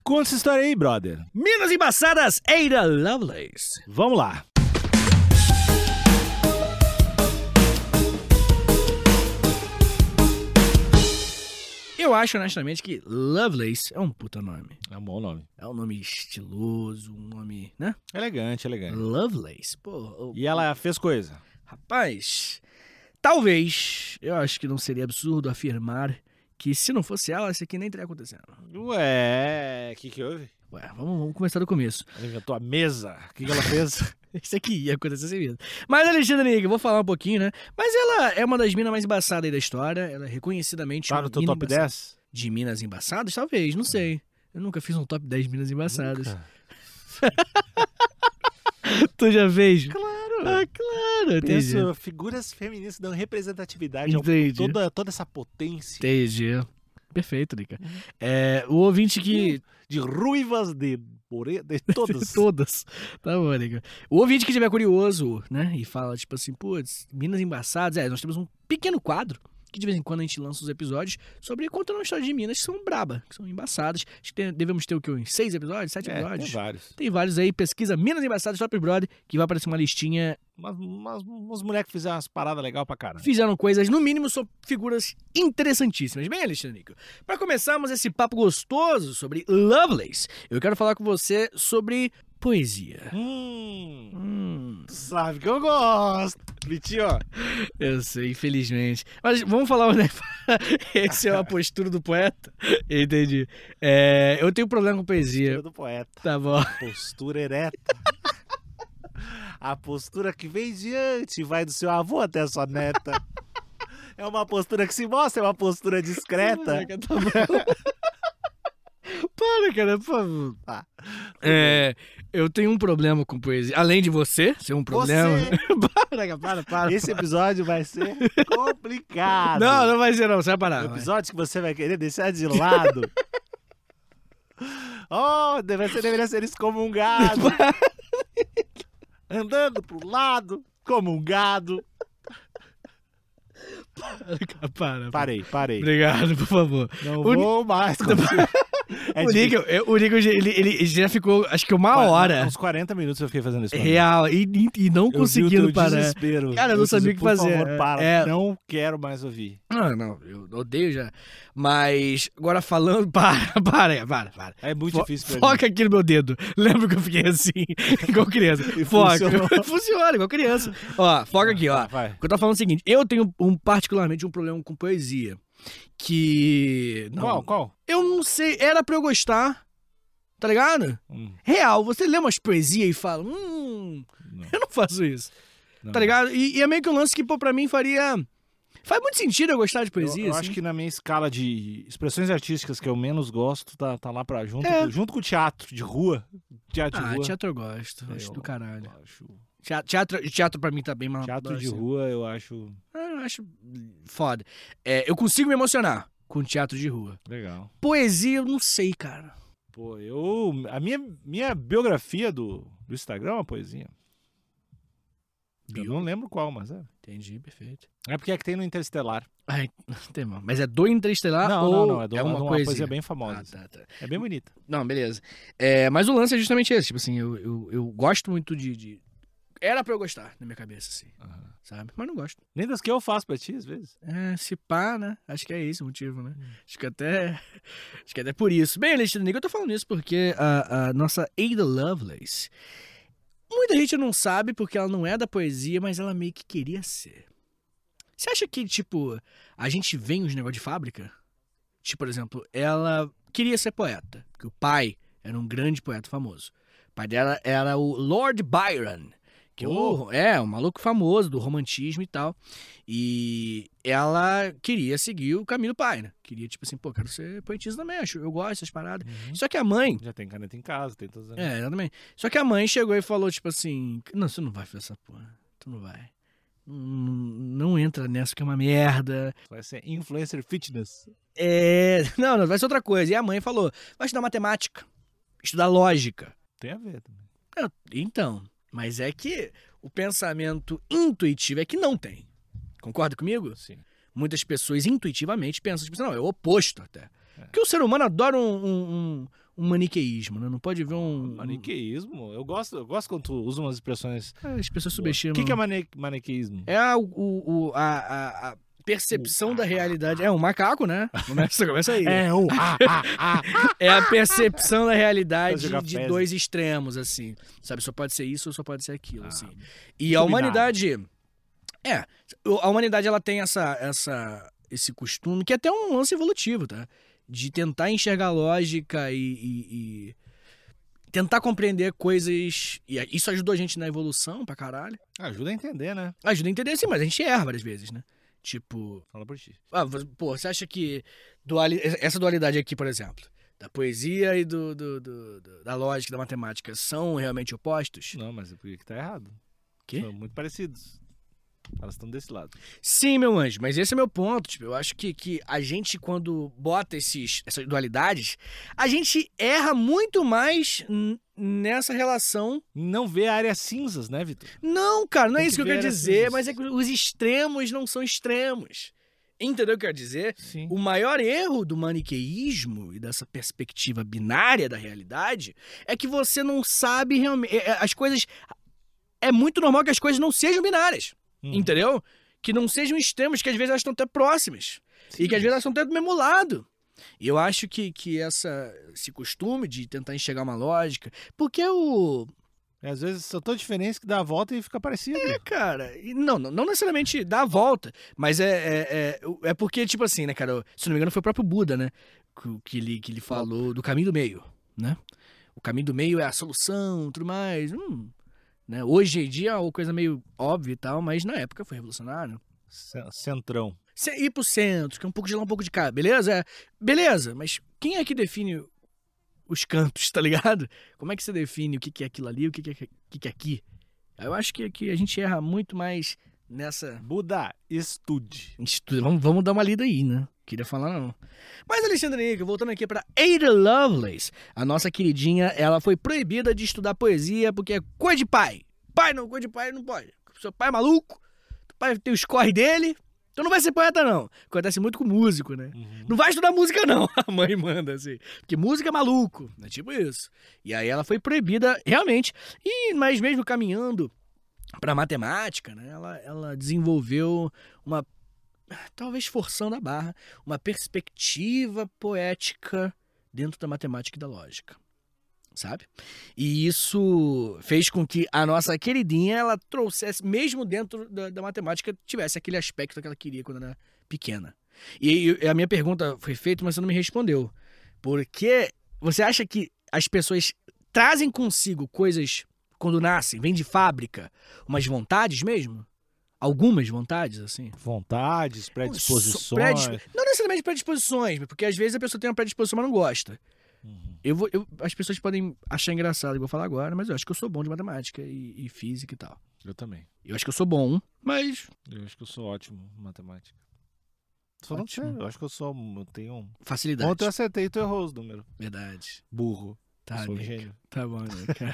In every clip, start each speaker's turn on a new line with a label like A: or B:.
A: Conta essa história aí, brother.
B: Minas Embaçadas, Ada Lovelace.
A: Vamos lá.
B: Eu acho, honestamente, que Lovelace é um puta nome.
A: É um bom nome.
B: É um nome estiloso, um nome, né?
A: Elegante.
B: Lovelace, pô.
A: E ela fez coisa.
B: Rapaz, talvez, eu acho que não seria absurdo afirmar que se não fosse ela, isso aqui nem teria acontecendo.
A: Ué, o que houve?
B: Ué, vamos começar do começo.
A: Ela inventou a mesa. O que ela fez?
B: Isso aqui ia acontecer sem medo. Mas, Alexandre Nick, eu vou falar um pouquinho, né? Mas ela é uma das minas mais embaçadas aí da história. Ela é reconhecidamente
A: Tá
B: uma
A: no teu
B: mina
A: top
B: embaçada.
A: 10?
B: De minas embaçadas? Talvez, não sei. Eu nunca fiz um top 10 minas embaçadas.
A: Nunca.
B: Tu já fez?
A: Claro.
B: Ah, claro. Entendi.
A: Penso, figuras feministas dando representatividade
B: Entendi.
A: a toda essa potência
B: Entendi. Perfeito, Lica. O ouvinte que...
A: de ruivas de todas.
B: Todas. Tá bom, Lica. O ouvinte que estiver curioso, né? E fala, tipo assim, putz, minas embaçadas. Nós temos um pequeno quadro que de vez em quando a gente lança os episódios sobre contando uma história de minas que são braba, que são embaçadas. Acho que devemos ter o quê? Uns 6 episódios? 7 episódios?
A: Tem vários.
B: Tem vários aí. Pesquisa Minas Embaçadas Top Brother, que vai aparecer uma listinha.
A: Umas mulheres que fizeram umas paradas legais pra caramba.
B: Fizeram coisas, no mínimo, são figuras interessantíssimas. Bem, Alexandre Nico, pra começarmos esse papo gostoso sobre Lovelace, eu quero falar com você sobre poesia.
A: Tu sabe que eu gosto. Vitinho, ó.
B: Eu sei, infelizmente. Mas vamos falar, né? Essa é a postura do poeta. Entendi. Eu tenho problema com poesia.
A: Postura do poeta.
B: Tá bom.
A: Postura ereta. A postura que vem diante vai do seu avô até a sua neta. É uma postura que se mostra, é uma postura discreta.
B: Caraca, tá bom. Para, cara, por favor.
A: Tá.
B: Eu tenho um problema com poesia. Além de você ser um problema. Para.
A: Esse episódio vai ser complicado.
B: Não vai ser, não. Você vai parar.
A: O episódio que você vai querer deixar de lado. Você deveria ser excomungado. Andando pro lado, como um gado.
B: Para.
A: Parei.
B: Obrigado, por favor.
A: Não vou mais.
B: O Nico, ele já ficou, acho que uma hora.
A: Uns 40 minutos eu fiquei fazendo isso.
B: Real, e não conseguindo parar.
A: Desespero.
B: Cara, eu não sabia o que fazer.
A: Por favor, para. Não quero mais ouvir.
B: Não, eu odeio já. Mas, agora falando... Para.
A: É muito difícil pra mim.
B: Foca aqui no meu dedo. Lembra que eu fiquei assim, igual criança. Foca. Funciona, igual criança. Ó, foca aqui, ó.
A: Vai.
B: Eu tô falando o seguinte, eu tenho particularmente um problema com poesia. Que...
A: Qual?
B: Eu não sei, era pra eu gostar, tá ligado? Real, você lê umas poesias e fala, eu não faço isso, tá ligado? E é meio que um lance que, pô, pra mim faz muito sentido eu gostar de poesia.
A: Eu
B: assim.
A: acho que na minha escala de expressões artísticas que eu menos gosto, tá lá pra junto com o teatro de rua.
B: Teatro eu gosto, acho do caralho. Teatro pra mim tá bem mal.
A: Teatro de rua eu acho...
B: Eu acho foda. Eu consigo me emocionar com teatro de rua.
A: Legal.
B: Poesia eu não sei, cara.
A: Pô, a minha biografia do Instagram é uma poesia. Eu não lembro qual, mas é.
B: Entendi, perfeito.
A: É porque é que tem no Interestelar.
B: Tem, mas é do Interestelar
A: Não.
B: É uma
A: poesia bem famosa.
B: Tá.
A: É bem bonita.
B: Não, beleza. Mas o lance é justamente esse. Tipo assim, eu gosto muito de... Era pra eu gostar, na minha cabeça, assim. Sabe? Mas não gosto.
A: Nem das que eu faço pra ti, às vezes.
B: Se pá, né? Acho que é esse o motivo, né? Acho que até por isso. Bem, Alexandre, eu tô falando isso porque a nossa Ada Lovelace, muita gente não sabe porque ela não é da poesia, mas ela meio que queria ser. Você acha que, tipo, a gente vem uns negócios de fábrica? Tipo, por exemplo, ela queria ser poeta, porque o pai era um grande poeta famoso. O pai dela era o Lord Byron, que um maluco famoso do romantismo e tal. E ela queria seguir o caminho do pai, né? Queria, tipo assim, quero ser poetisa também, eu gosto dessas paradas. Só que a mãe...
A: Já tem caneta em casa, tem todas as...
B: exatamente. Só que a mãe chegou e falou, tipo assim, não, você não vai fazer essa porra, tu não vai. Não entra nessa que é uma merda.
A: Vai ser influencer fitness.
B: Não, vai ser outra coisa. E a mãe falou, vai estudar matemática, estudar lógica.
A: Tem a ver também.
B: Então, mas é que o pensamento intuitivo é que não tem. Concorda comigo?
A: Sim.
B: Muitas pessoas intuitivamente pensam, tipo, não, é o oposto até. Porque o ser humano adora um um maniqueísmo, né? Não pode ver um...
A: Maniqueísmo? Eu gosto quando tu usa umas expressões...
B: As pessoas subestimam.
A: O que é maniqueísmo?
B: É a percepção da realidade. É um macaco, né? Começa aí. É a percepção da realidade de dois extremos, assim. Sabe, só pode ser isso ou só pode ser aquilo, assim. E a humanidade... a humanidade, ela tem esse costume, que é até um lance evolutivo, tá? De tentar enxergar a lógica e tentar compreender coisas... E isso ajudou a gente na evolução pra caralho.
A: Ajuda a entender, né?
B: Ajuda a entender, sim, mas a gente erra várias vezes, né? Tipo...
A: Fala por ti.
B: Você acha que essa dualidade aqui, por exemplo, da poesia e da lógica, da matemática, são realmente opostos?
A: Não, mas é porque que tá errado.
B: Quê?
A: São muito parecidos. Elas estão desse lado.
B: Sim, meu anjo, mas esse é meu ponto. Tipo, eu acho que a gente, quando bota essas dualidades, a gente erra muito mais nessa relação.
A: Não vê áreas cinzas, né, Vitor?
B: Não, cara, não é isso que eu quero dizer,
A: cinzas.
B: mas é que os extremos não são extremos. Entendeu o que eu quero dizer?
A: Sim.
B: O maior erro do maniqueísmo e dessa perspectiva binária da realidade é que você não sabe realmente... As coisas... É muito normal que as coisas não sejam binárias. Entendeu? Que não sejam extremos, que às vezes elas estão até próximas. Sim. E que às vezes elas estão até do mesmo lado. E eu acho que esse costume de tentar enxergar uma lógica... Porque
A: às vezes são tão diferentes que dá a volta e fica parecido.
B: Cara. Não necessariamente dá a volta. Mas é porque, tipo assim, né, cara? Se não me engano, foi o próprio Buda, né? Que ele falou do caminho do meio, né? O caminho do meio é a solução e tudo mais. Né? Hoje em dia é uma coisa meio óbvia e tal, mas na época foi revolucionário.
A: Centrão.
B: Ir pro centro, que é um pouco de lá, um pouco de cá, beleza? Beleza, mas quem é que define os cantos, tá ligado? Como é que você define o que é aquilo ali, o que é aqui? Eu acho que a gente erra muito mais nessa...
A: Buda, estude.
B: Vamos dar uma lida aí, né? Queria falar não. Mas, Alexandre Níquel, voltando aqui pra Ada Lovelace, a nossa queridinha, ela foi proibida de estudar poesia porque é coisa de pai. Coisa de pai não pode. Seu pai é maluco, teu pai tem os corre dele, então não vai ser poeta não. Acontece muito com músico, né? Não vai estudar música não, a mãe manda assim. Porque música é maluco, é tipo isso. E aí ela foi proibida realmente, mas mesmo caminhando pra matemática, né? Ela desenvolveu uma... talvez forçando a barra, uma perspectiva poética dentro da matemática e da lógica, sabe? E isso fez com que a nossa queridinha, ela trouxesse, mesmo dentro da matemática, tivesse aquele aspecto que ela queria quando era pequena. E a minha pergunta foi feita, mas você não me respondeu. Porque você acha que as pessoas trazem consigo coisas, quando nascem, vêm de fábrica, umas vontades mesmo? Algumas vontades, assim?
A: Vontades, predisposições.
B: Não necessariamente predisposições, porque às vezes a pessoa tem uma predisposição, mas não gosta. As pessoas podem achar engraçado, eu vou falar agora, mas eu acho que eu sou bom de matemática e física e tal.
A: Eu também.
B: Eu acho que eu sou bom, mas...
A: Eu acho que eu sou ótimo em matemática. Só não sei, eu acho que eu tenho...
B: Facilidade.
A: Ontem eu acertei e tu errou os números.
B: Verdade.
A: Burro.
B: Tá,
A: sou gênio.
B: Tá bom, né, cara?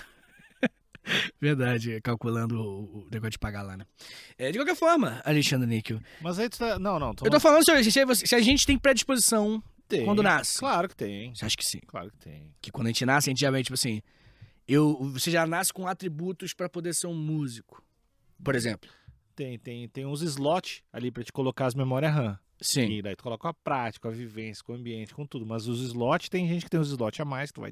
B: Verdade, calculando o negócio de pagar lá, né? De qualquer forma, Alexandre Níquel.
A: Mas aí tu tá... Não.
B: Eu tô falando se a gente tem predisposição quando nasce.
A: Claro que tem.
B: Você acha que sim?
A: Claro que tem.
B: Que quando a gente nasce, a gente já vem, tipo assim... Você já nasce com atributos pra poder ser um músico. Por exemplo.
A: Tem uns slots ali pra te colocar as memórias RAM.
B: Sim.
A: E daí tu coloca a prática, a vivência, com o ambiente, com tudo. Mas os slots, tem gente que tem os slots a mais, que tu vai...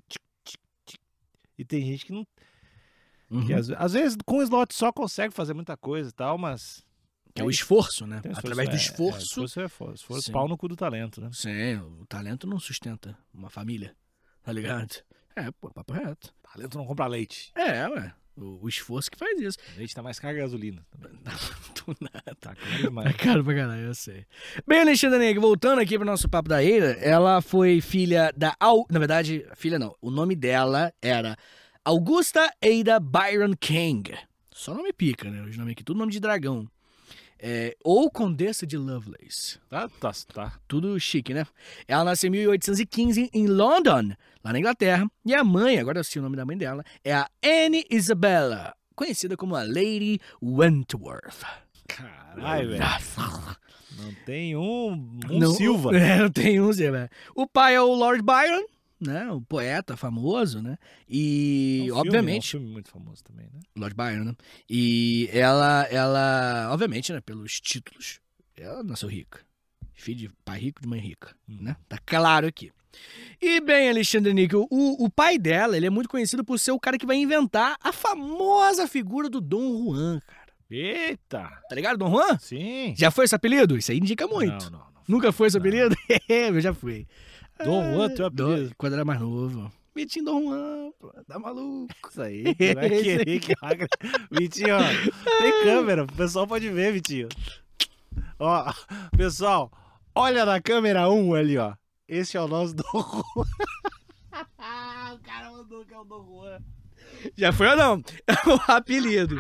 A: E tem gente que não... Que às vezes com o slot só consegue fazer muita coisa e tal, mas...
B: Que é o esforço, né? Através do esforço...
A: Esforço, pau no cu do talento, né?
B: Sim, o talento não sustenta uma família, tá ligado? Papo reto.
A: Talento não compra leite.
B: Ué. O esforço que faz isso.
A: Leite tá mais caro que gasolina.
B: Do nada.
A: Tá caro demais.
B: Tá caro pra caralho, eu sei. Bem, Alexandre Níquel, voltando aqui pro nosso papo da Ada, ela foi filha da... Na verdade, filha não. O nome dela era Augusta Ada Byron King. Só nome pica, né? Os nomes aqui, tudo nome de dragão. Ou Condessa de Lovelace.
A: Tá.
B: Tudo chique, né? Ela nasceu em 1815 em London, lá na Inglaterra. E a mãe, agora eu sei o nome da mãe dela, é a Anne Isabella, conhecida como a Lady Wentworth.
A: Caralho, velho. Não tem um
B: não,
A: Silva.
B: Não tem um Silva. O pai é o Lord Byron, né? O poeta famoso, né? E,
A: É
B: obviamente...
A: um filme muito famoso também, né?
B: Lord Byron, né? E ela, obviamente, né? Pelos títulos, ela nasceu rica. Filho de pai rico, de mãe rica, né? Tá claro aqui. E bem, Alexandre Níquel, o pai dela, ele é muito conhecido por ser o cara que vai inventar a famosa figura do Dom Juan, cara.
A: Eita!
B: Tá ligado, Dom Juan?
A: Sim.
B: Já foi esse apelido? Isso aí indica muito.
A: Não.
B: Nunca foi esse apelido? Eu já fui.
A: Dom Juan, teu apelido?
B: Quando era mais novo. Vitinho Dom Juan, pô, tá maluco.
A: Isso aí, vai querer que haga. Vitinho, ó, tem câmera, o pessoal pode ver, Vitinho. Ó, pessoal, olha na câmera 1 ali, ó. Esse é o nosso Dom Juan. O cara mandou que é o Dom Juan.
B: Já foi ou não? É o apelido.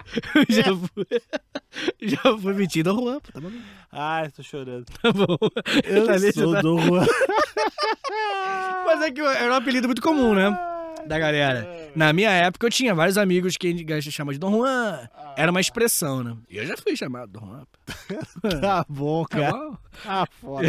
B: Já foi Vitinho Dom Juan, pô, tá maluco.
A: Ai, tô chorando.
B: Tá bom.
A: Eu sou o Dom Juan.
B: Mas é que era um apelido muito comum, né? Da galera. Na minha época eu tinha vários amigos que a gente chama de Dom Juan. Era uma expressão, né? E eu já fui chamado Dom Juan.
A: Tá bom, cara.
B: Tá bom?
A: Ah, foda.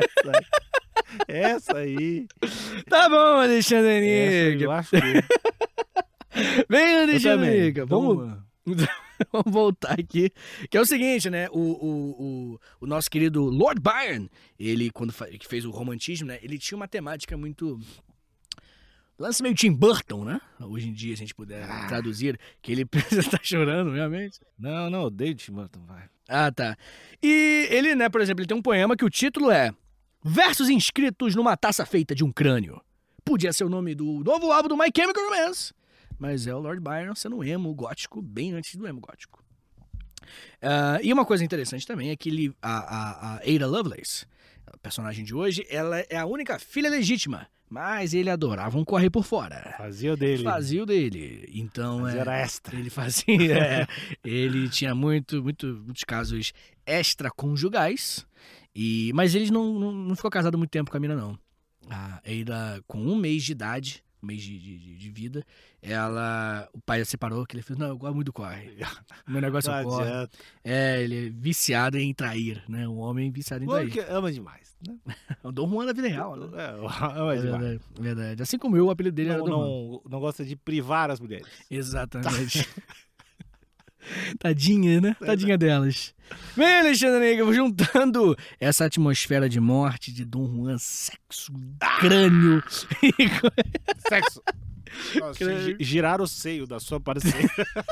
A: Essa aí.
B: Tá bom, Alexandre
A: Eu
B: Níquel.
A: acho que...
B: Vem,
A: Eu
B: Alexandre
A: também.
B: Níquel. Vamos voltar aqui. Que é o seguinte, né? O nosso querido Lord Byron, ele, quando que fez o romantismo, né? Ele tinha uma temática muito... Lance meio Tim Burton, né? Hoje em dia, se a gente puder traduzir, que ele tá chorando, realmente.
A: Não, o David Burton, vai.
B: Ah, tá. E ele, né, por exemplo, ele tem um poema que o título é Versos inscritos numa taça feita de um crânio. Podia ser o nome do novo álbum do My Chemical Romance, mas é o Lord Byron sendo emo gótico bem antes do emo gótico. E uma coisa interessante também é que a Ada Lovelace, a personagem de hoje, ela é a única filha legítima, mas ele adorava um corre por fora.
A: Fazia o dele.
B: Fazia o dele. Então,
A: Mas era extra.
B: ele fazia. Ele tinha muitos casos extraconjugais, mas ele não ficou casado muito tempo com a mina, não. A Ada, com 1 mês de idade, 1 mês de vida, o pai separou, que ele fez, não, eu gosto muito do corre. Meu negócio é o corre.
A: Adianta.
B: Ele é viciado em trair, né? Um homem viciado em trair.
A: Porque ama demais, né?
B: É o Dom Juan da vida real, né?
A: Ama demais.
B: Verdade, verdade. Assim como eu, o apelido dele era Dom Juan.
A: Não gosta de privar as mulheres.
B: Exatamente. Tadinha, né? Tadinha delas. Bem, Alexandre Níquel, juntando essa atmosfera de morte, de Dom Juan, sexo, crânio.
A: Sexo. Nossa, girar o seio da sua parceira.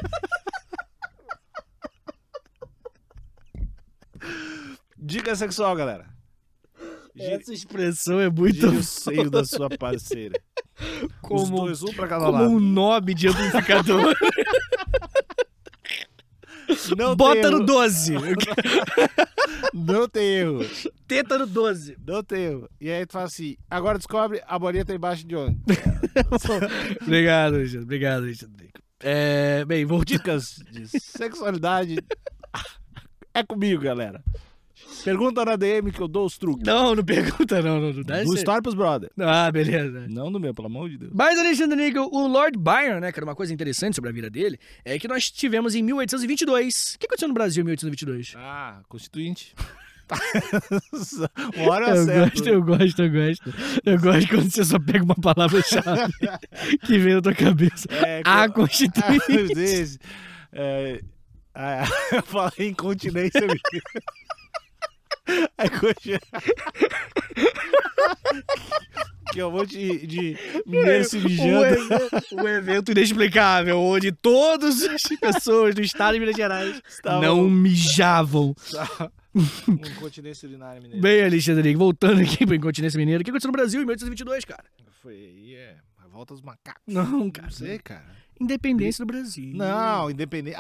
A: Dica sexual, galera.
B: Essa expressão é muito
A: Gire o seio da sua parceira. Os dois, um pra cada lado.
B: Como um knob de amplificador.
A: Não
B: Bota
A: tem
B: no
A: erro.
B: 12.
A: Não tem erro.
B: Teta no 12.
A: Não tem erro. E aí tu fala assim, agora descobre a bolinha tá embaixo de onde?
B: Obrigado, Alexandre. Obrigado, Alexandre. Bem, vou...
A: Dicas de sexualidade é comigo, galera. Pergunta na DM que eu dou os truques.
B: Não pergunta não. Dá
A: Do Story pros brother.
B: Ah, beleza.
A: Não do meu, pelo amor de Deus.
B: Mas, Alexandre Níquel, o Lord Byron, né, que era uma coisa interessante sobre a vida dele, é que nós tivemos em 1822. O que aconteceu no Brasil em 1822?
A: Ah, constituinte. Uma hora eu acerto.
B: Eu gosto. Eu gosto quando você só pega uma palavra-chave que vem na tua cabeça. A Constituinte.
A: Eu falei incontinência. Que é um monte de mineiro se mijando.
B: Um evento inexplicável, onde todas as pessoas do estado de Minas Gerais não mijavam.
A: Incontinência urinária mineira.
B: Bem, Alexandre, voltando aqui pra incontinência mineira, o que aconteceu no Brasil em 1822, cara?
A: Foi a volta dos macacos.
B: Não, cara.
A: Não sei, cara.
B: Independência do Brasil.
A: Não, independência.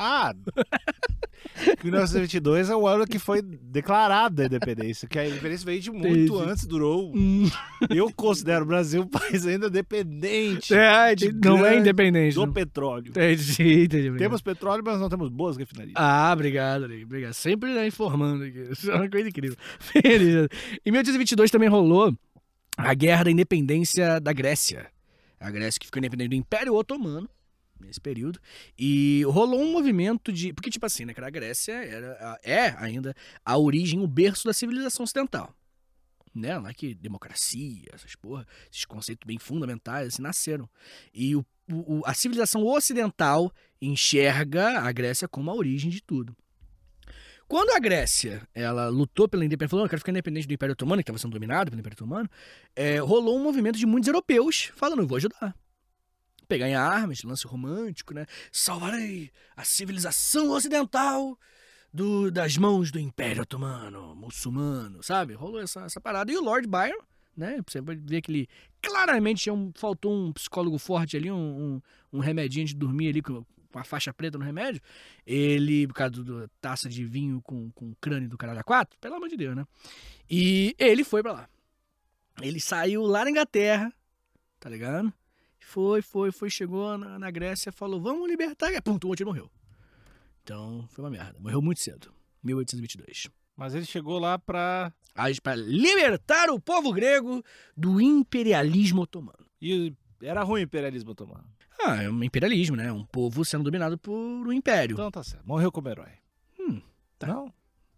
A: 1922 é o ano que foi declarada a independência, que a independência veio de muito antes, durou. Eu considero o Brasil um país ainda dependente.
B: Não é independente.
A: Do petróleo.
B: Entendi.
A: Temos petróleo, mas não temos boas refinarias.
B: Obrigado. Sempre informando aqui. Isso é uma coisa incrível. Em 1822 também rolou a Guerra da Independência da Grécia. A Grécia que ficou independente do Império Otomano nesse período, e rolou um movimento de... Porque, tipo assim, né, que a Grécia é ainda a origem, o berço da civilização ocidental. né? Lá que democracia, essas porra, esses conceitos bem fundamentais, assim, nasceram. E a civilização ocidental enxerga a Grécia como a origem de tudo. Quando a Grécia, ela lutou pela independência, falou, eu quero ficar independente do Império Otomano, que estava sendo dominado pelo Império Otomano, rolou um movimento de muitos europeus falando, eu vou ajudar. Pegar em armas, lance romântico, né? Salvarei a civilização ocidental das mãos do Império Otomano, muçulmano, sabe? Rolou essa parada. E o Lord Byron, né? Você vai ver que ele claramente faltou um psicólogo forte ali, um remedinho de dormir ali com a faixa preta no remédio. Ele, por causa da taça de vinho com o crânio do caralho A4, pelo amor de Deus, né? E ele foi pra lá. Ele saiu lá na Inglaterra, tá ligado? Foi, chegou na Grécia, falou, vamos libertar. Pum, o outro morreu. Então, foi uma merda. Morreu muito cedo, 1822.
A: Mas ele chegou lá pra
B: libertar o povo grego do imperialismo otomano.
A: E era ruim o imperialismo otomano.
B: É um imperialismo, né? Um povo sendo dominado por um império.
A: Então tá certo. Morreu como herói.
B: Tá.
A: Não?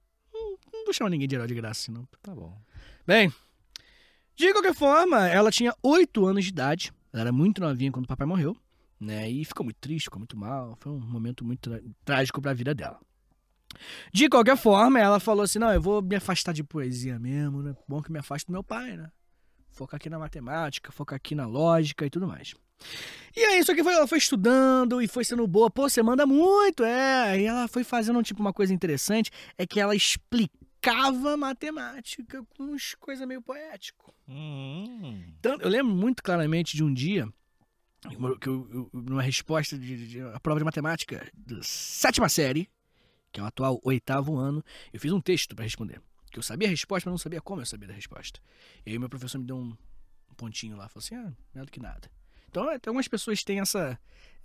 B: Não vou chamar ninguém de herói de graça, assim, não.
A: Tá bom.
B: Bem, de qualquer forma, ela tinha 8 anos de idade. Ela era muito novinha quando o papai morreu, né? E ficou muito triste, ficou muito mal. Foi um momento muito trágico pra vida dela. De qualquer forma, ela falou assim, não, eu vou me afastar de poesia mesmo, né? Bom que me afaste do meu pai, né? Focar aqui na matemática, focar aqui na lógica e tudo mais. E aí, só que ela foi estudando e foi sendo boa. Pô, você manda muito, E ela foi fazendo, uma coisa interessante, é que ela explicava matemática com umas coisas meio poético. Então, eu lembro muito claramente de um dia, que numa resposta de a prova de matemática da 7ª série, que é o atual 8º ano, eu fiz um texto para responder. Que eu sabia a resposta, mas não sabia como eu sabia da resposta. E aí meu professor me deu um pontinho lá, falou assim, melhor do que nada. Então, até algumas pessoas têm essa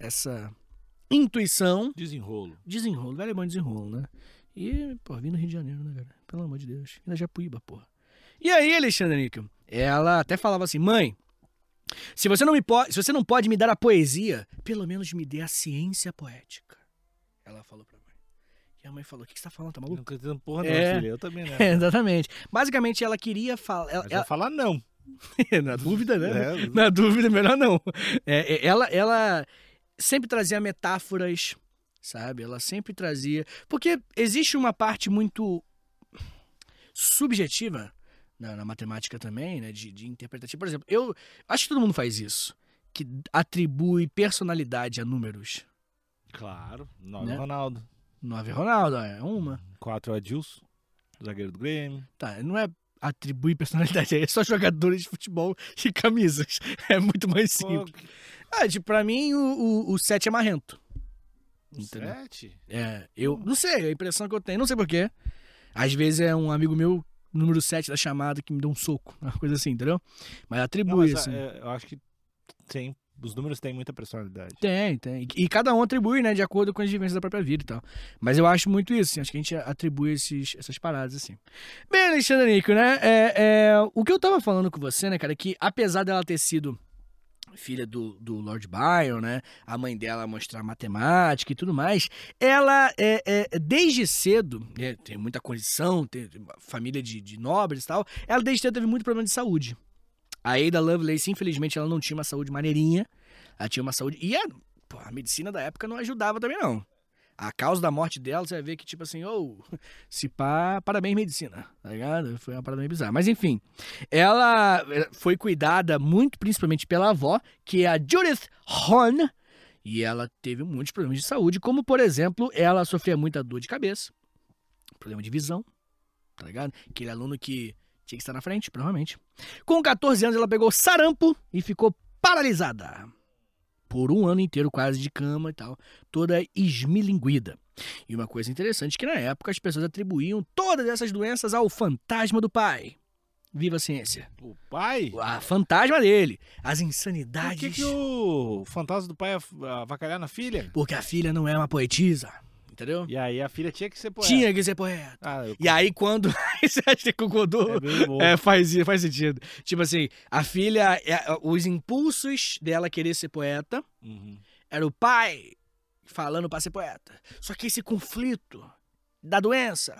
B: intuição.
A: Desenrolo.
B: Velho é bom desenrolo, né? E, pô, vim no Rio de Janeiro, né, cara? Pelo amor de Deus. E na Japuíba, porra. E aí, Alexandre Níquel, ela até falava assim, mãe, se você não pode me dar a poesia, pelo menos me dê a ciência poética. Ela falou pra mãe. E a mãe falou, o que você tá falando? Tá maluco?
A: Não tô entendendo porra não, filha. Eu também, né?
B: Exatamente. Basicamente, ela queria falar...
A: Ela vai falar não.
B: Na dúvida, né? Na dúvida, melhor não. Ela sempre trazia metáforas, sabe? Ela sempre trazia... Porque existe uma parte muito subjetiva na matemática também, né? De interpretativa. Por exemplo, eu acho que todo mundo faz isso. Que atribui personalidade a números.
A: Claro. 9
B: né?
A: Ronaldo.
B: 9 Ronaldo, é uma.
A: 4 Adilson, zagueiro do Grêmio.
B: Tá, não é atribuir personalidade, é só jogadores de futebol e camisas. É muito mais simples. Pra mim, o 7 é marrento.
A: O 7?
B: Eu não sei, a impressão que eu tenho, não sei porquê. Às vezes é um amigo meu, número 7 da chamada, que me deu um soco, uma coisa assim, entendeu? Mas atribui, assim.
A: Eu acho que tem. Os números têm muita personalidade.
B: Tem. E cada um atribui, né, de acordo com as vivências da própria vida e tal. Mas eu acho muito isso, assim, acho que a gente atribui essas paradas, assim. Bem, Alexandre Níquel, né, o que eu tava falando com você, né, cara, é que apesar dela ter sido filha do Lord Byron, né, a mãe dela mostrar matemática e tudo mais, ela, desde cedo, tem muita condição, tem família de nobres e tal, ela desde cedo teve muito problema de saúde. A Ada Lovelace, infelizmente, ela não tinha uma saúde maneirinha. Ela tinha uma saúde... E a medicina da época não ajudava também, não. A causa da morte dela, você vai ver que, tipo assim, se pá, parabéns, medicina, tá ligado? Foi uma parada meio bizarra. Mas, enfim, ela foi cuidada muito, principalmente pela avó, que é a Judith Horne, e ela teve muitos problemas de saúde, como, por exemplo, ela sofria muita dor de cabeça, problema de visão, tá ligado? Aquele aluno que tinha que estar na frente, provavelmente. Com 14 anos, ela pegou sarampo e ficou paralisada. Por um ano inteiro, quase de cama e tal. Toda esmilinguida. E uma coisa interessante é que na época as pessoas atribuíam todas essas doenças ao fantasma do pai. Viva a ciência.
A: O pai?
B: A fantasma dele. As insanidades.
A: Por que o fantasma do pai avacalhar na filha?
B: Porque a filha não é uma poetisa. Entendeu?
A: E aí a filha tinha que ser poeta.
B: Tinha que ser poeta. E aí quando... Você acha que concordou? Faz sentido. Tipo assim, a filha... os impulsos dela querer ser poeta era o pai falando pra ser poeta. Só que esse conflito da doença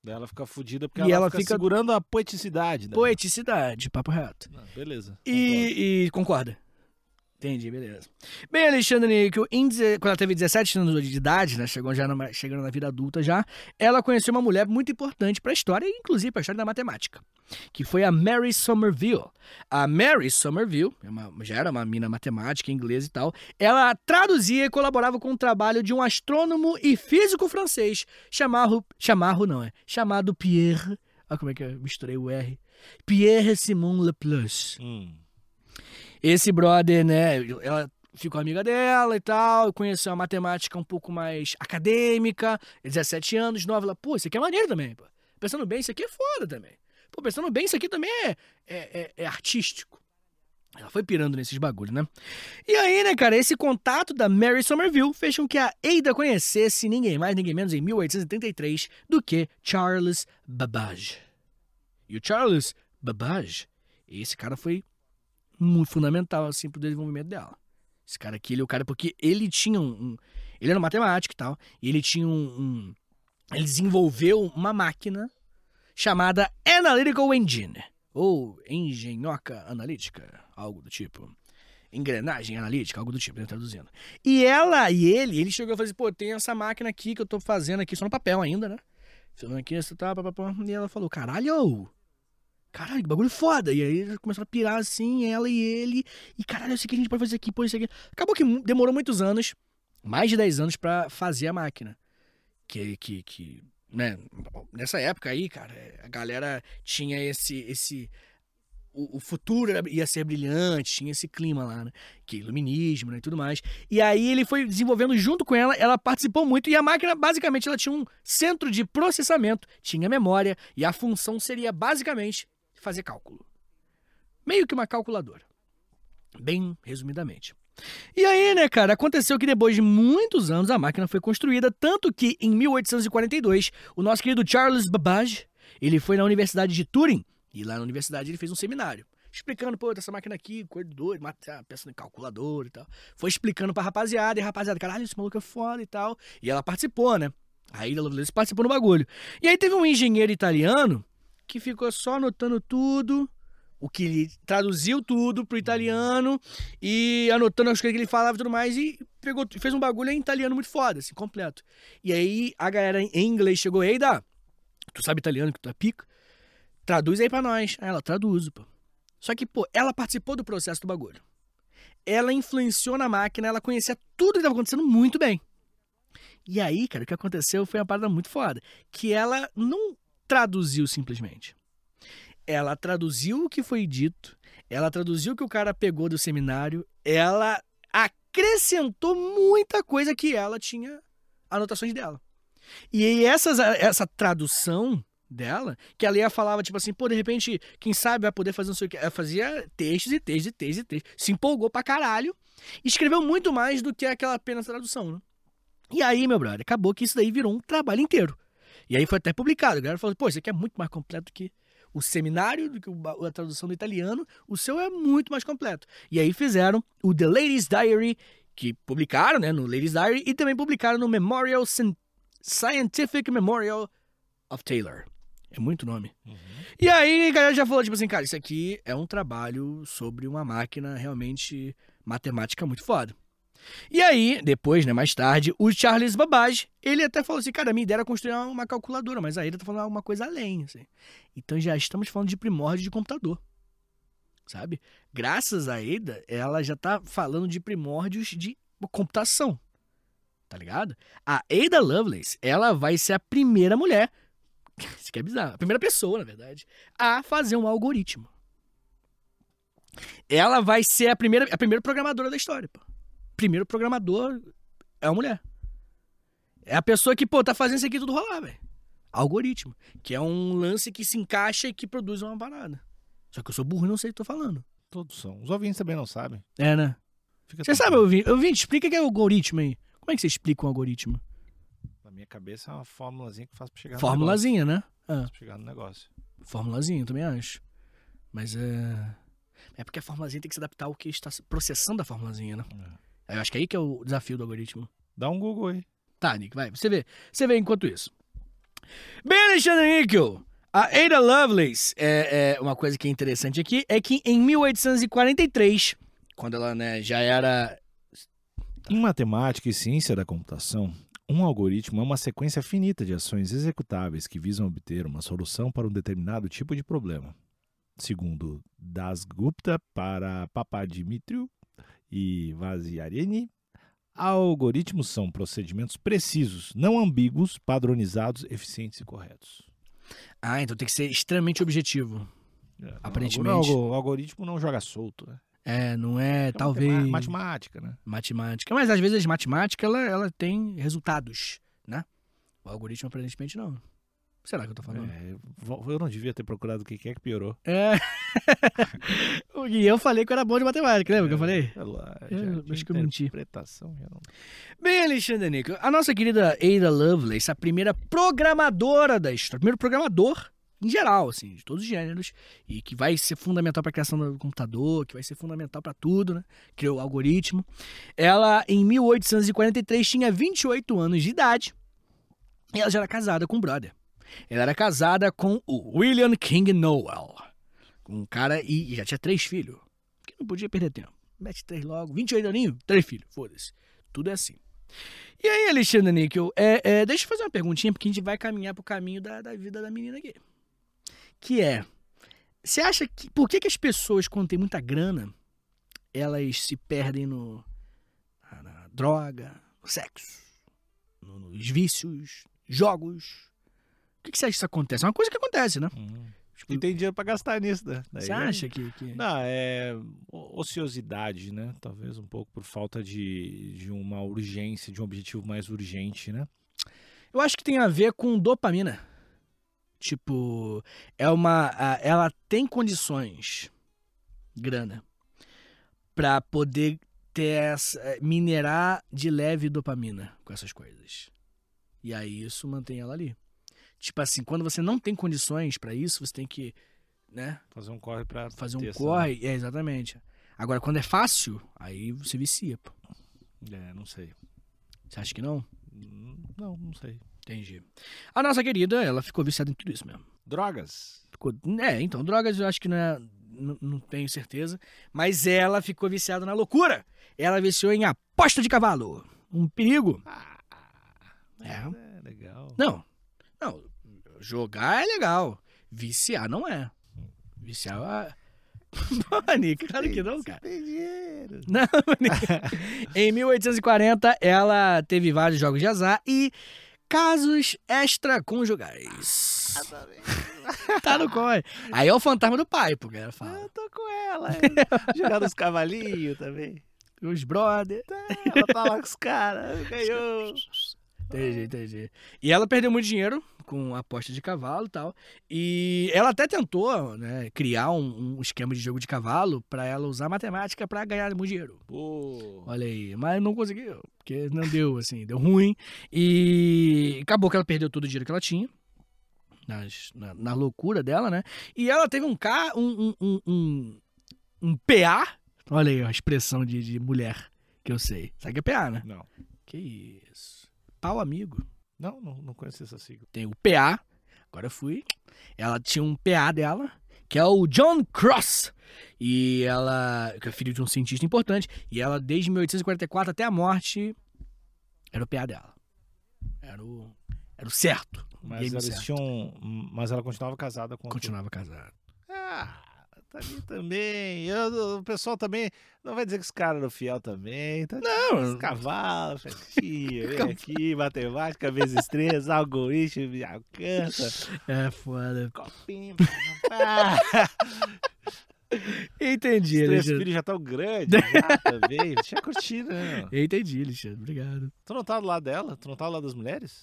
A: Daí ela fica fodida porque
B: E
A: ela
B: ela
A: fica
B: fica-
A: segurando a poeticidade dela.
B: Poeticidade, papo reto.
A: Não, beleza.
B: E concorda? Entendi, beleza. Bem, Alexandre Níquel, quando ela teve 17 anos de idade, né, chegando na vida adulta já, ela conheceu uma mulher muito importante para a história, inclusive para a história da matemática, que foi a Mary Somerville. A Mary Somerville, já era uma mina matemática, inglesa e tal, ela traduzia e colaborava com o trabalho de um astrônomo e físico francês chamado Pierre, olha como é que eu misturei o R, Pierre Simon Laplace. Esse brother, né, ela ficou amiga dela e tal, conheceu a matemática um pouco mais acadêmica, 17 anos, nova, ela, pô, isso aqui é maneiro também, pô. Pensando bem, isso aqui é foda também. Pô, pensando bem, isso aqui também é artístico. Ela foi pirando nesses bagulhos, né? E aí, né, cara, esse contato da Mary Somerville fez com que a Ada conhecesse ninguém mais, ninguém menos, em 1833, do que Charles Babbage. E o Charles Babbage, esse cara foi muito fundamental, assim, pro desenvolvimento dela. Esse cara aqui, ele é o cara porque ele tinha ele era um matemático e tal, e ele tinha ele desenvolveu uma máquina chamada Analytical Engine, ou engenhoca analítica, algo do tipo. Engrenagem analítica, algo do tipo, né, traduzindo. E ele chegou a fazer, pô, tem essa máquina aqui que eu tô fazendo aqui, só no papel ainda, né? Fazendo aqui, e ela falou, caralho, que bagulho foda. E aí começou a pirar assim, ela e ele. E caralho, isso aqui a gente pode fazer aqui, pô, isso aqui. Acabou que demorou muitos anos, mais de 10 anos pra fazer a máquina. Né, nessa época aí, cara, a galera tinha o futuro ia ser brilhante, tinha esse clima lá, né? Que iluminismo, né, e tudo mais. E aí ele foi desenvolvendo junto com ela participou muito, e a máquina, basicamente, ela tinha um centro de processamento, tinha memória, e a função seria, basicamente, fazer cálculo. Meio que uma calculadora. Bem resumidamente. E aí, né, cara, aconteceu que depois de muitos anos a máquina foi construída, tanto que em 1842, o nosso querido Charles Babbage, ele foi na Universidade de Turing, e lá na universidade ele fez um seminário, explicando, pô, essa máquina aqui, coisa doida, peça de calculador e tal. Foi explicando pra rapaziada, e a rapaziada, caralho, esse maluco é foda e tal. E ela participou, né? A Ada Lovelace participou no bagulho. E aí teve um engenheiro italiano que ficou só anotando tudo, o que ele traduziu tudo pro italiano e anotando as coisas que ele falava e tudo mais, e fez um bagulho em italiano muito foda, assim, completo. E aí a galera em inglês chegou, Ada, tu sabe italiano que tu é pica? Traduz aí pra nós. Aí ela, traduz, pô. Só que, pô, ela participou do processo do bagulho. Ela influenciou na máquina, ela conhecia tudo que estava acontecendo muito bem. E aí, cara, o que aconteceu foi uma parada muito foda. Que ela não traduziu simplesmente. Ela traduziu o que foi dito, ela traduziu o que o cara pegou do seminário, ela acrescentou muita coisa que ela tinha anotações dela. E aí essa tradução dela, que ela ia falava, tipo assim, pô, de repente, quem sabe vai poder fazer não sei o que. Ela fazia textos e textos e textos e textos. Se empolgou pra caralho. E escreveu muito mais do que aquela apenas tradução, né? E aí, meu brother, acabou que isso daí virou um trabalho inteiro. E aí foi até publicado. A galera falou, pô, isso aqui é muito mais completo que o seminário, do que a tradução do italiano. O seu é muito mais completo. E aí fizeram o The Ladies' Diary, que publicaram, né, no Ladies' Diary, e também publicaram no Scientific Memorial of Taylor. É muito nome. E aí a galera já falou, tipo assim, cara, isso aqui é um trabalho sobre uma máquina realmente matemática muito foda. E aí, depois, né, mais tarde, o Charles Babbage, ele até falou assim, cara, a minha ideia era construir uma calculadora, mas a Ada tá falando alguma coisa além, assim. Então já estamos falando de primórdio de computador, sabe? Graças a Ada, ela já tá falando de primórdios de computação, tá ligado? A Ada Lovelace, ela vai ser a primeira mulher, isso que é bizarro, a primeira pessoa, na verdade, a fazer um algoritmo. Ela vai ser a primeira programadora da história, pô. Primeiro programador é uma mulher. É a pessoa que, pô, tá fazendo isso aqui tudo rolar, velho. Algoritmo. Que é um lance que se encaixa e que produz uma parada. Só que eu sou burro e não sei o que tô falando.
A: Todos são. Os ouvintes também não sabem.
B: É, né? Você sabe, ouvinte, explica o que é o algoritmo aí. Como é que você explica um algoritmo?
A: Na minha cabeça é uma formulazinha que faz pra chegar no
B: Formulazinha,
A: negócio.
B: né?
A: Faz pra chegar no negócio.
B: Formulazinha, eu também acho. Mas é porque a formulazinha tem que se adaptar ao que está processando a formulazinha, né? Eu acho que é aí que é o desafio do algoritmo.
A: Dá um Google aí.
B: Tá, Nick, vai. Você vê enquanto isso. Bem, Alexandre Níquel, a Ada Lovelace, uma coisa que é interessante aqui, é que em 1843, quando ela, né, já era...
A: Em matemática e ciência da computação, um algoritmo é uma sequência finita de ações executáveis que visam obter uma solução para um determinado tipo de problema. Segundo Dasgupta para Papadimitriou e Vaziriani, algoritmos são procedimentos precisos, não ambíguos, padronizados, eficientes e corretos.
B: Ah, então tem que ser extremamente objetivo. Aparentemente.
A: O algoritmo não joga solto, né?
B: Não é, talvez...
A: Matemática, né?
B: Matemática. Mas às vezes a matemática, ela tem resultados, né? O algoritmo aparentemente não. Será que eu tô falando?
A: Eu não devia ter procurado o que é que piorou.
B: E eu falei que eu era bom de matemática, lembra que eu falei?
A: Acho que eu menti. Interpretação já não...
B: Bem, Alexandre Níquel, a nossa querida Ada Lovelace, a primeira programadora da história, primeiro programador em geral, assim, de todos os gêneros, e que vai ser fundamental para a criação do computador, que vai ser fundamental para tudo, né? Criou o algoritmo. Ela, em 1843, tinha 28 anos de idade e ela já era casada com um brother. Ela era casada com o William King Noel, um cara, e já tinha 3 filhos, que não podia perder tempo. Mete 3 logo, 28 aninhos, 3 filhos, foda-se. Tudo é assim. E aí, Alexandre Níquel, deixa eu fazer uma perguntinha, porque a gente vai caminhar pro caminho da vida da menina aqui. Que você acha que, por que as pessoas, quando tem muita grana, elas se perdem na droga, no sexo, nos vícios, jogos? O que você acha que isso acontece? É uma coisa que acontece, né?
A: E tem dinheiro pra gastar nisso, né?
B: Você acha que...
A: Não, é ociosidade, né? Talvez um pouco por falta de uma urgência, de um objetivo mais urgente, né?
B: Eu acho que tem a ver com dopamina. Tipo, ela tem condições, grana, pra poder minerar de leve dopamina com essas coisas. E aí isso mantém ela ali. Tipo assim, quando você não tem condições pra isso, você tem que, né?
A: Fazer um corre pra...
B: Fazer um corre, exatamente. Agora, quando é fácil, aí você vicia, pô.
A: Não sei.
B: Você acha que não?
A: Não sei.
B: Entendi. A nossa querida, ela ficou viciada em tudo isso mesmo.
A: Drogas?
B: Então, drogas eu acho que não tenho certeza. Mas ela ficou viciada na loucura. Ela viciou em aposta de cavalo. Um perigo.
A: É legal.
B: Não, jogar é legal. Viciar não é. Viciar Não, Nick, claro que não, cara.
A: Tem dinheiro.
B: Não, Nick. Em 1840, ela teve vários jogos de azar e casos extraconjugais. Tá no corre. Aí é o fantasma do pai, porque ela fala.
A: Eu tô com ela. Jogar nos cavalinhos também.
B: Os brother.
A: Ela tá lá com os caras. Ganhou.
B: Entendi. E ela perdeu muito dinheiro com aposta de cavalo e tal. E ela até tentou, né, criar um esquema de jogo de cavalo pra ela usar matemática pra ganhar muito dinheiro.
A: Pô.
B: Olha aí. Mas não conseguiu, porque não deu, assim, deu ruim. E acabou que ela perdeu todo o dinheiro que ela tinha. Na loucura dela, né? E ela teve um PA. Olha aí a expressão de mulher que eu sei. Sabe o que é PA, né?
A: Não.
B: Que isso. Pau amigo.
A: Não conheço essa sigla.
B: Tem o PA. Agora eu fui. Ela tinha um PA dela, que é o John Cross. E ela, que é filho de um cientista importante. E ela, desde 1844 até a morte, era o PA dela. Era o certo.
A: Mas ela continuava casada com...
B: Continuava casada.
A: Tá ali também. O pessoal também... Não vai dizer que os caras eram fiel também. Tá
B: não.
A: Os cavalos, festinha, vem aqui, matemática, vezes 3, algoritmo, me alcança.
B: É foda.
A: Copinho.
B: Entendi,
A: Os 3
B: Alexandre.
A: filhos já estão grandes, já também. Deixa eu curtir, né?
B: Entendi, Alexandre. Obrigado.
A: Tu não tá do lado dela? Tu não tá do lado das mulheres?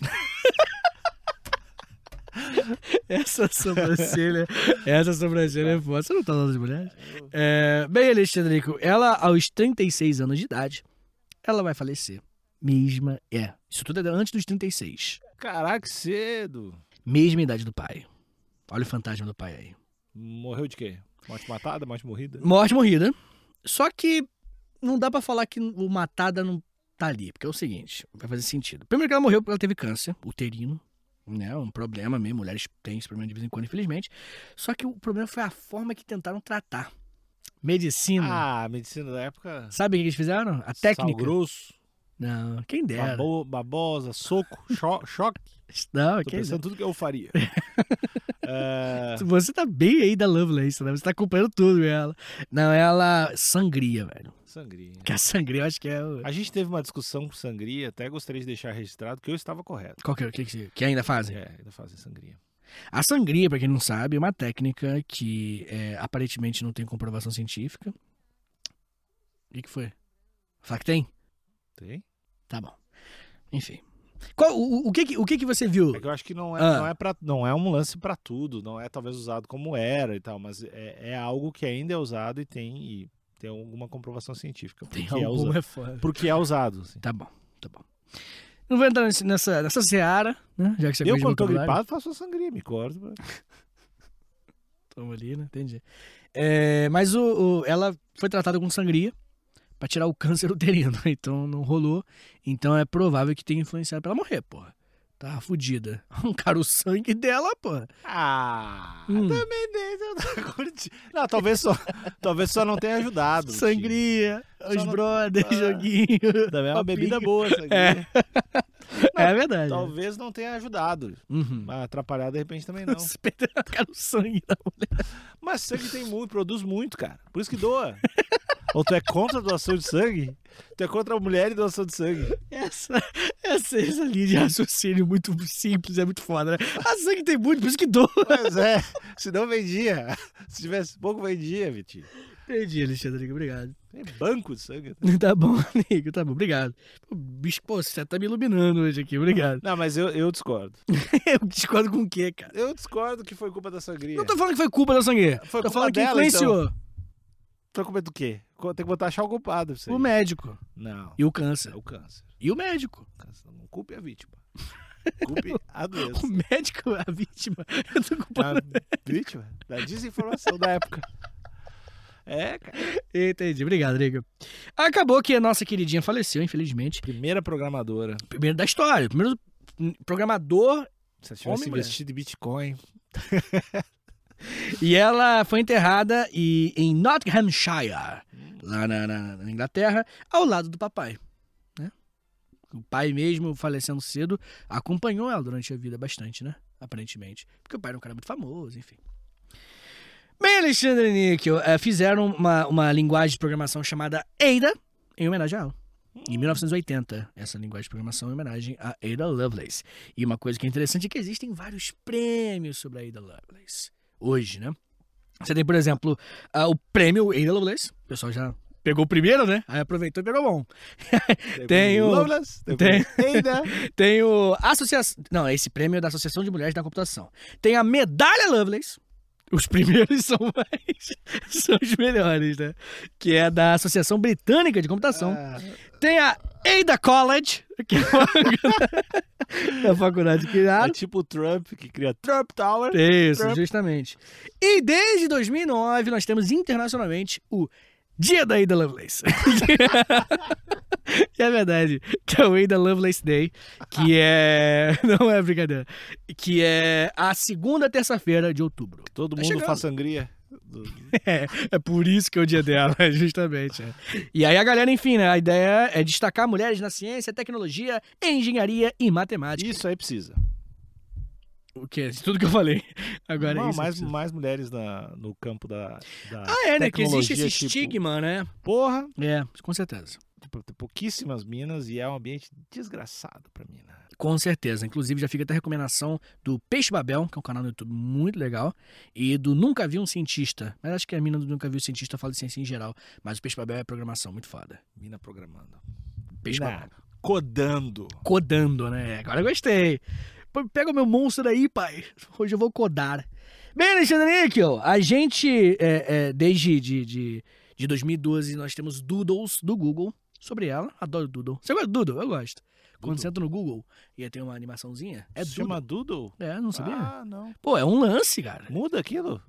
B: Essa sobrancelha é foda. Você não tá das mulheres? Bem, Alexandre Nico, ela, aos 36 anos de idade, ela vai falecer. Isso tudo é antes dos 36.
A: Caraca, cedo.
B: Mesma idade do pai. Olha o fantasma do pai aí.
A: Morreu de quê? Morte matada, morte morrida?
B: Morte morrida. Só que não dá pra falar que o matada não tá ali. Porque é o seguinte, vai fazer sentido. Primeiro que ela morreu porque ela teve câncer uterino. né? Um problema mesmo. Mulheres têm esse problema de vez em quando, infelizmente. Só que o problema foi a forma que tentaram tratar. Medicina.
A: Ah, a medicina da época.
B: Sabe o que eles fizeram? A técnica.
A: Sal grosso,
B: Não, quem dera.
A: babosa, soco, choque.
B: Não,
A: Tô
B: quem dera.
A: pensando tudo que eu faria.
B: Você tá bem aí da Lovelace, né? Você tá acompanhando tudo ela. Não, ela... Sangria, velho.
A: Sangria.
B: Que a sangria eu acho que é o...
A: A gente teve uma discussão com sangria, até gostaria de deixar registrado que eu estava correto.
B: Qual que é? Que ainda fazem?
A: Ainda fazem sangria.
B: A sangria, pra quem não sabe, é uma técnica que aparentemente não tem comprovação científica. O que foi? Fala que tem?
A: Tem?
B: Tá bom. Enfim. O que você viu?
A: É que eu acho que não é um lance pra tudo, não é talvez usado como era e tal, mas é algo que ainda é usado e tem alguma comprovação científica. Porque é usado. Assim.
B: Tá bom. Não vou entrar nessa seara, né? Já que você
A: eu, quando tô gripado, faço a sangria, me corto.
B: Toma ali, né? Entendi. Mas ela foi tratada com sangria pra tirar o câncer uterino, então não rolou. Então é provável que tenha influenciado pra ela morrer, porra. Tá fudida. Arrancaram o sangue dela, porra.
A: Também dentro. Não, talvez só não tenha ajudado.
B: Sangria, os brothers, joguinho.
A: Também é uma bebida boa, sangria.
B: É verdade.
A: Talvez não tenha ajudado. Mas atrapalhar, de repente, também não.
B: Arrancaram o sangue da mulher.
A: Mas sangue tem muito, produz muito, cara. Por isso que doa. Ou tu é contra a doação de sangue? Tu é contra a mulher e doação de sangue?
B: Essa linha de raciocínio muito simples, é muito foda, né? A sangue tem muito, por isso que doa.
A: Pois se não vendia. Se tivesse pouco, vendia, Vitinho.
B: Entendi, Alexandre, obrigado.
A: Tem banco de sangue.
B: Tá bom, amigo, tá bom, obrigado. Bicho, você tá me iluminando hoje aqui, obrigado.
A: Não, mas eu discordo.
B: Eu discordo com o quê, cara?
A: Eu discordo que foi culpa da sangria.
B: Não tô falando que foi culpa da sangria. Tô falando que influenciou.
A: Então. Foi culpa do quê? Tem que achar o culpado.
B: O médico.
A: Não.
B: E o câncer.
A: O câncer.
B: E o médico.
A: Não culpe a vítima. Culpe a doença.
B: O médico é a vítima. Eu tô culpando
A: a vítima da desinformação da época. Cara.
B: Entendi. Obrigado, Rico. Acabou que a nossa queridinha faleceu, infelizmente.
A: Primeira programadora.
B: Primeiro da história. Primeiro programador.
A: Se tivesse investido em Bitcoin.
B: E ela foi enterrada em Nottinghamshire, lá na Inglaterra, ao lado do papai. Né? O pai mesmo, falecendo cedo, acompanhou ela durante a vida bastante, né? Aparentemente. Porque o pai era um cara muito famoso, enfim. Bem, Alexandre Níquel, fizeram uma linguagem de programação chamada Ada, em homenagem a ela. Em 1980, essa linguagem de programação em homenagem a Ada Lovelace. E uma coisa que é interessante é que existem vários prêmios sobre a Ada Lovelace. Hoje, né? Você tem, por exemplo, o prêmio Ada Lovelace. O pessoal já pegou o primeiro, né? Aí aproveitou e pegou bom. Tem o...
A: Lovelace,
B: tem o... Não, esse prêmio é da Associação de Mulheres da Computação. Tem a Medalha Lovelace. Os primeiros são os melhores, né? Que é da Associação Britânica de Computação. Tem a Ada College, que é a faculdade criada.
A: É tipo o Trump, que cria Trump Tower.
B: Isso, justamente. E desde 2009 nós temos internacionalmente o Dia da Ada Lovelace. Que é verdade. Que é o Ada Lovelace Day, que é... Não é brincadeira. Que é a segunda terça-feira de outubro.
A: Todo mundo faz sangria.
B: É por isso que é o dia dela, justamente. E aí a galera, enfim, né? A ideia é destacar mulheres na ciência, tecnologia, engenharia e matemática.
A: Isso aí precisa.
B: O quê? Tudo que eu falei. Agora
A: não,
B: isso
A: mais mulheres no campo da
B: né? Que existe esse estigma, né?
A: Porra.
B: Com certeza.
A: Tem pouquíssimas minas e é um ambiente desgraçado pra mina.
B: Com certeza. Inclusive, já fica até a recomendação do Peixe Babel, que é um canal no YouTube muito legal, e do Nunca Vi um Cientista. Mas acho que a mina do Nunca Vi um Cientista fala de ciência em geral, mas o Peixe Babel é programação, muito foda.
A: Mina programando.
B: Peixe Babel.
A: Codando,
B: né? Agora eu gostei. Pega o meu monstro aí, pai. Hoje eu vou codar. Bem, Alexandre Níquel, a gente, desde de 2012, nós temos doodles do Google sobre ela. Adoro doodle. Você gosta de doodle? Eu gosto. Quando você entra no Google e tem uma animação,zinha, é doodle.
A: Chama doodle?
B: Não sabia?
A: Ah, não.
B: Pô, é um lance, cara.
A: Muda aquilo?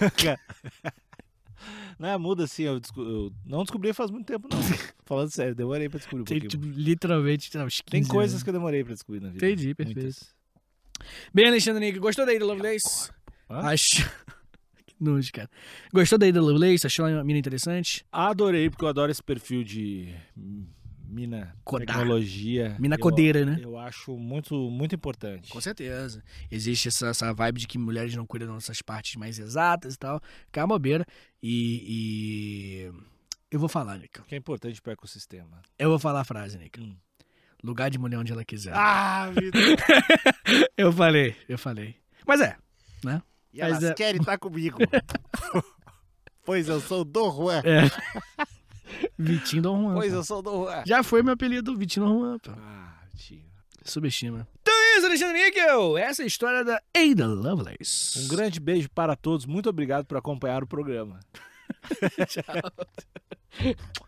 A: Não, muda sim. Eu não descobri faz muito tempo, não. Falando sério, demorei pra descobrir um pouquinho.
B: Literalmente,
A: tem coisas que eu demorei pra descobrir na vida.
B: Entendi, perfeito.
A: Muitas.
B: Bem, Alexandre Nick, gostou da Ada Lovelace?
A: Hã?
B: Acho... Que nojo, cara. Gostou da Ada Lovelace? Achou a mina interessante?
A: Adorei, porque eu adoro esse perfil de mina
B: Codar.
A: tecnologia.
B: Mina codeira, né?
A: Eu acho muito, muito importante.
B: Com certeza. Existe essa vibe de que mulheres não cuidam dessas partes mais exatas e tal. Que é uma bobeira. E... Eu vou falar, Nick.
A: Que é importante para o ecossistema.
B: Eu vou falar a frase, Nick. Lugar de mulher onde ela quiser.
A: Ah, Vitor!
B: Eu falei. Mas né?
A: E elas
B: Mas
A: querem estar comigo. Pois eu sou do Juan.
B: É. Vitinho Dom Juan.
A: Pois
B: pô.
A: eu sou do Juan.
B: Já foi meu apelido, Vitinho Dom Juan, pô.
A: Ah, tio.
B: Subestima. Então é isso, Alexandre Níquel. Essa é a história da Ada Lovelace.
A: Um grande beijo para todos. Muito obrigado por acompanhar o programa.
B: Tchau.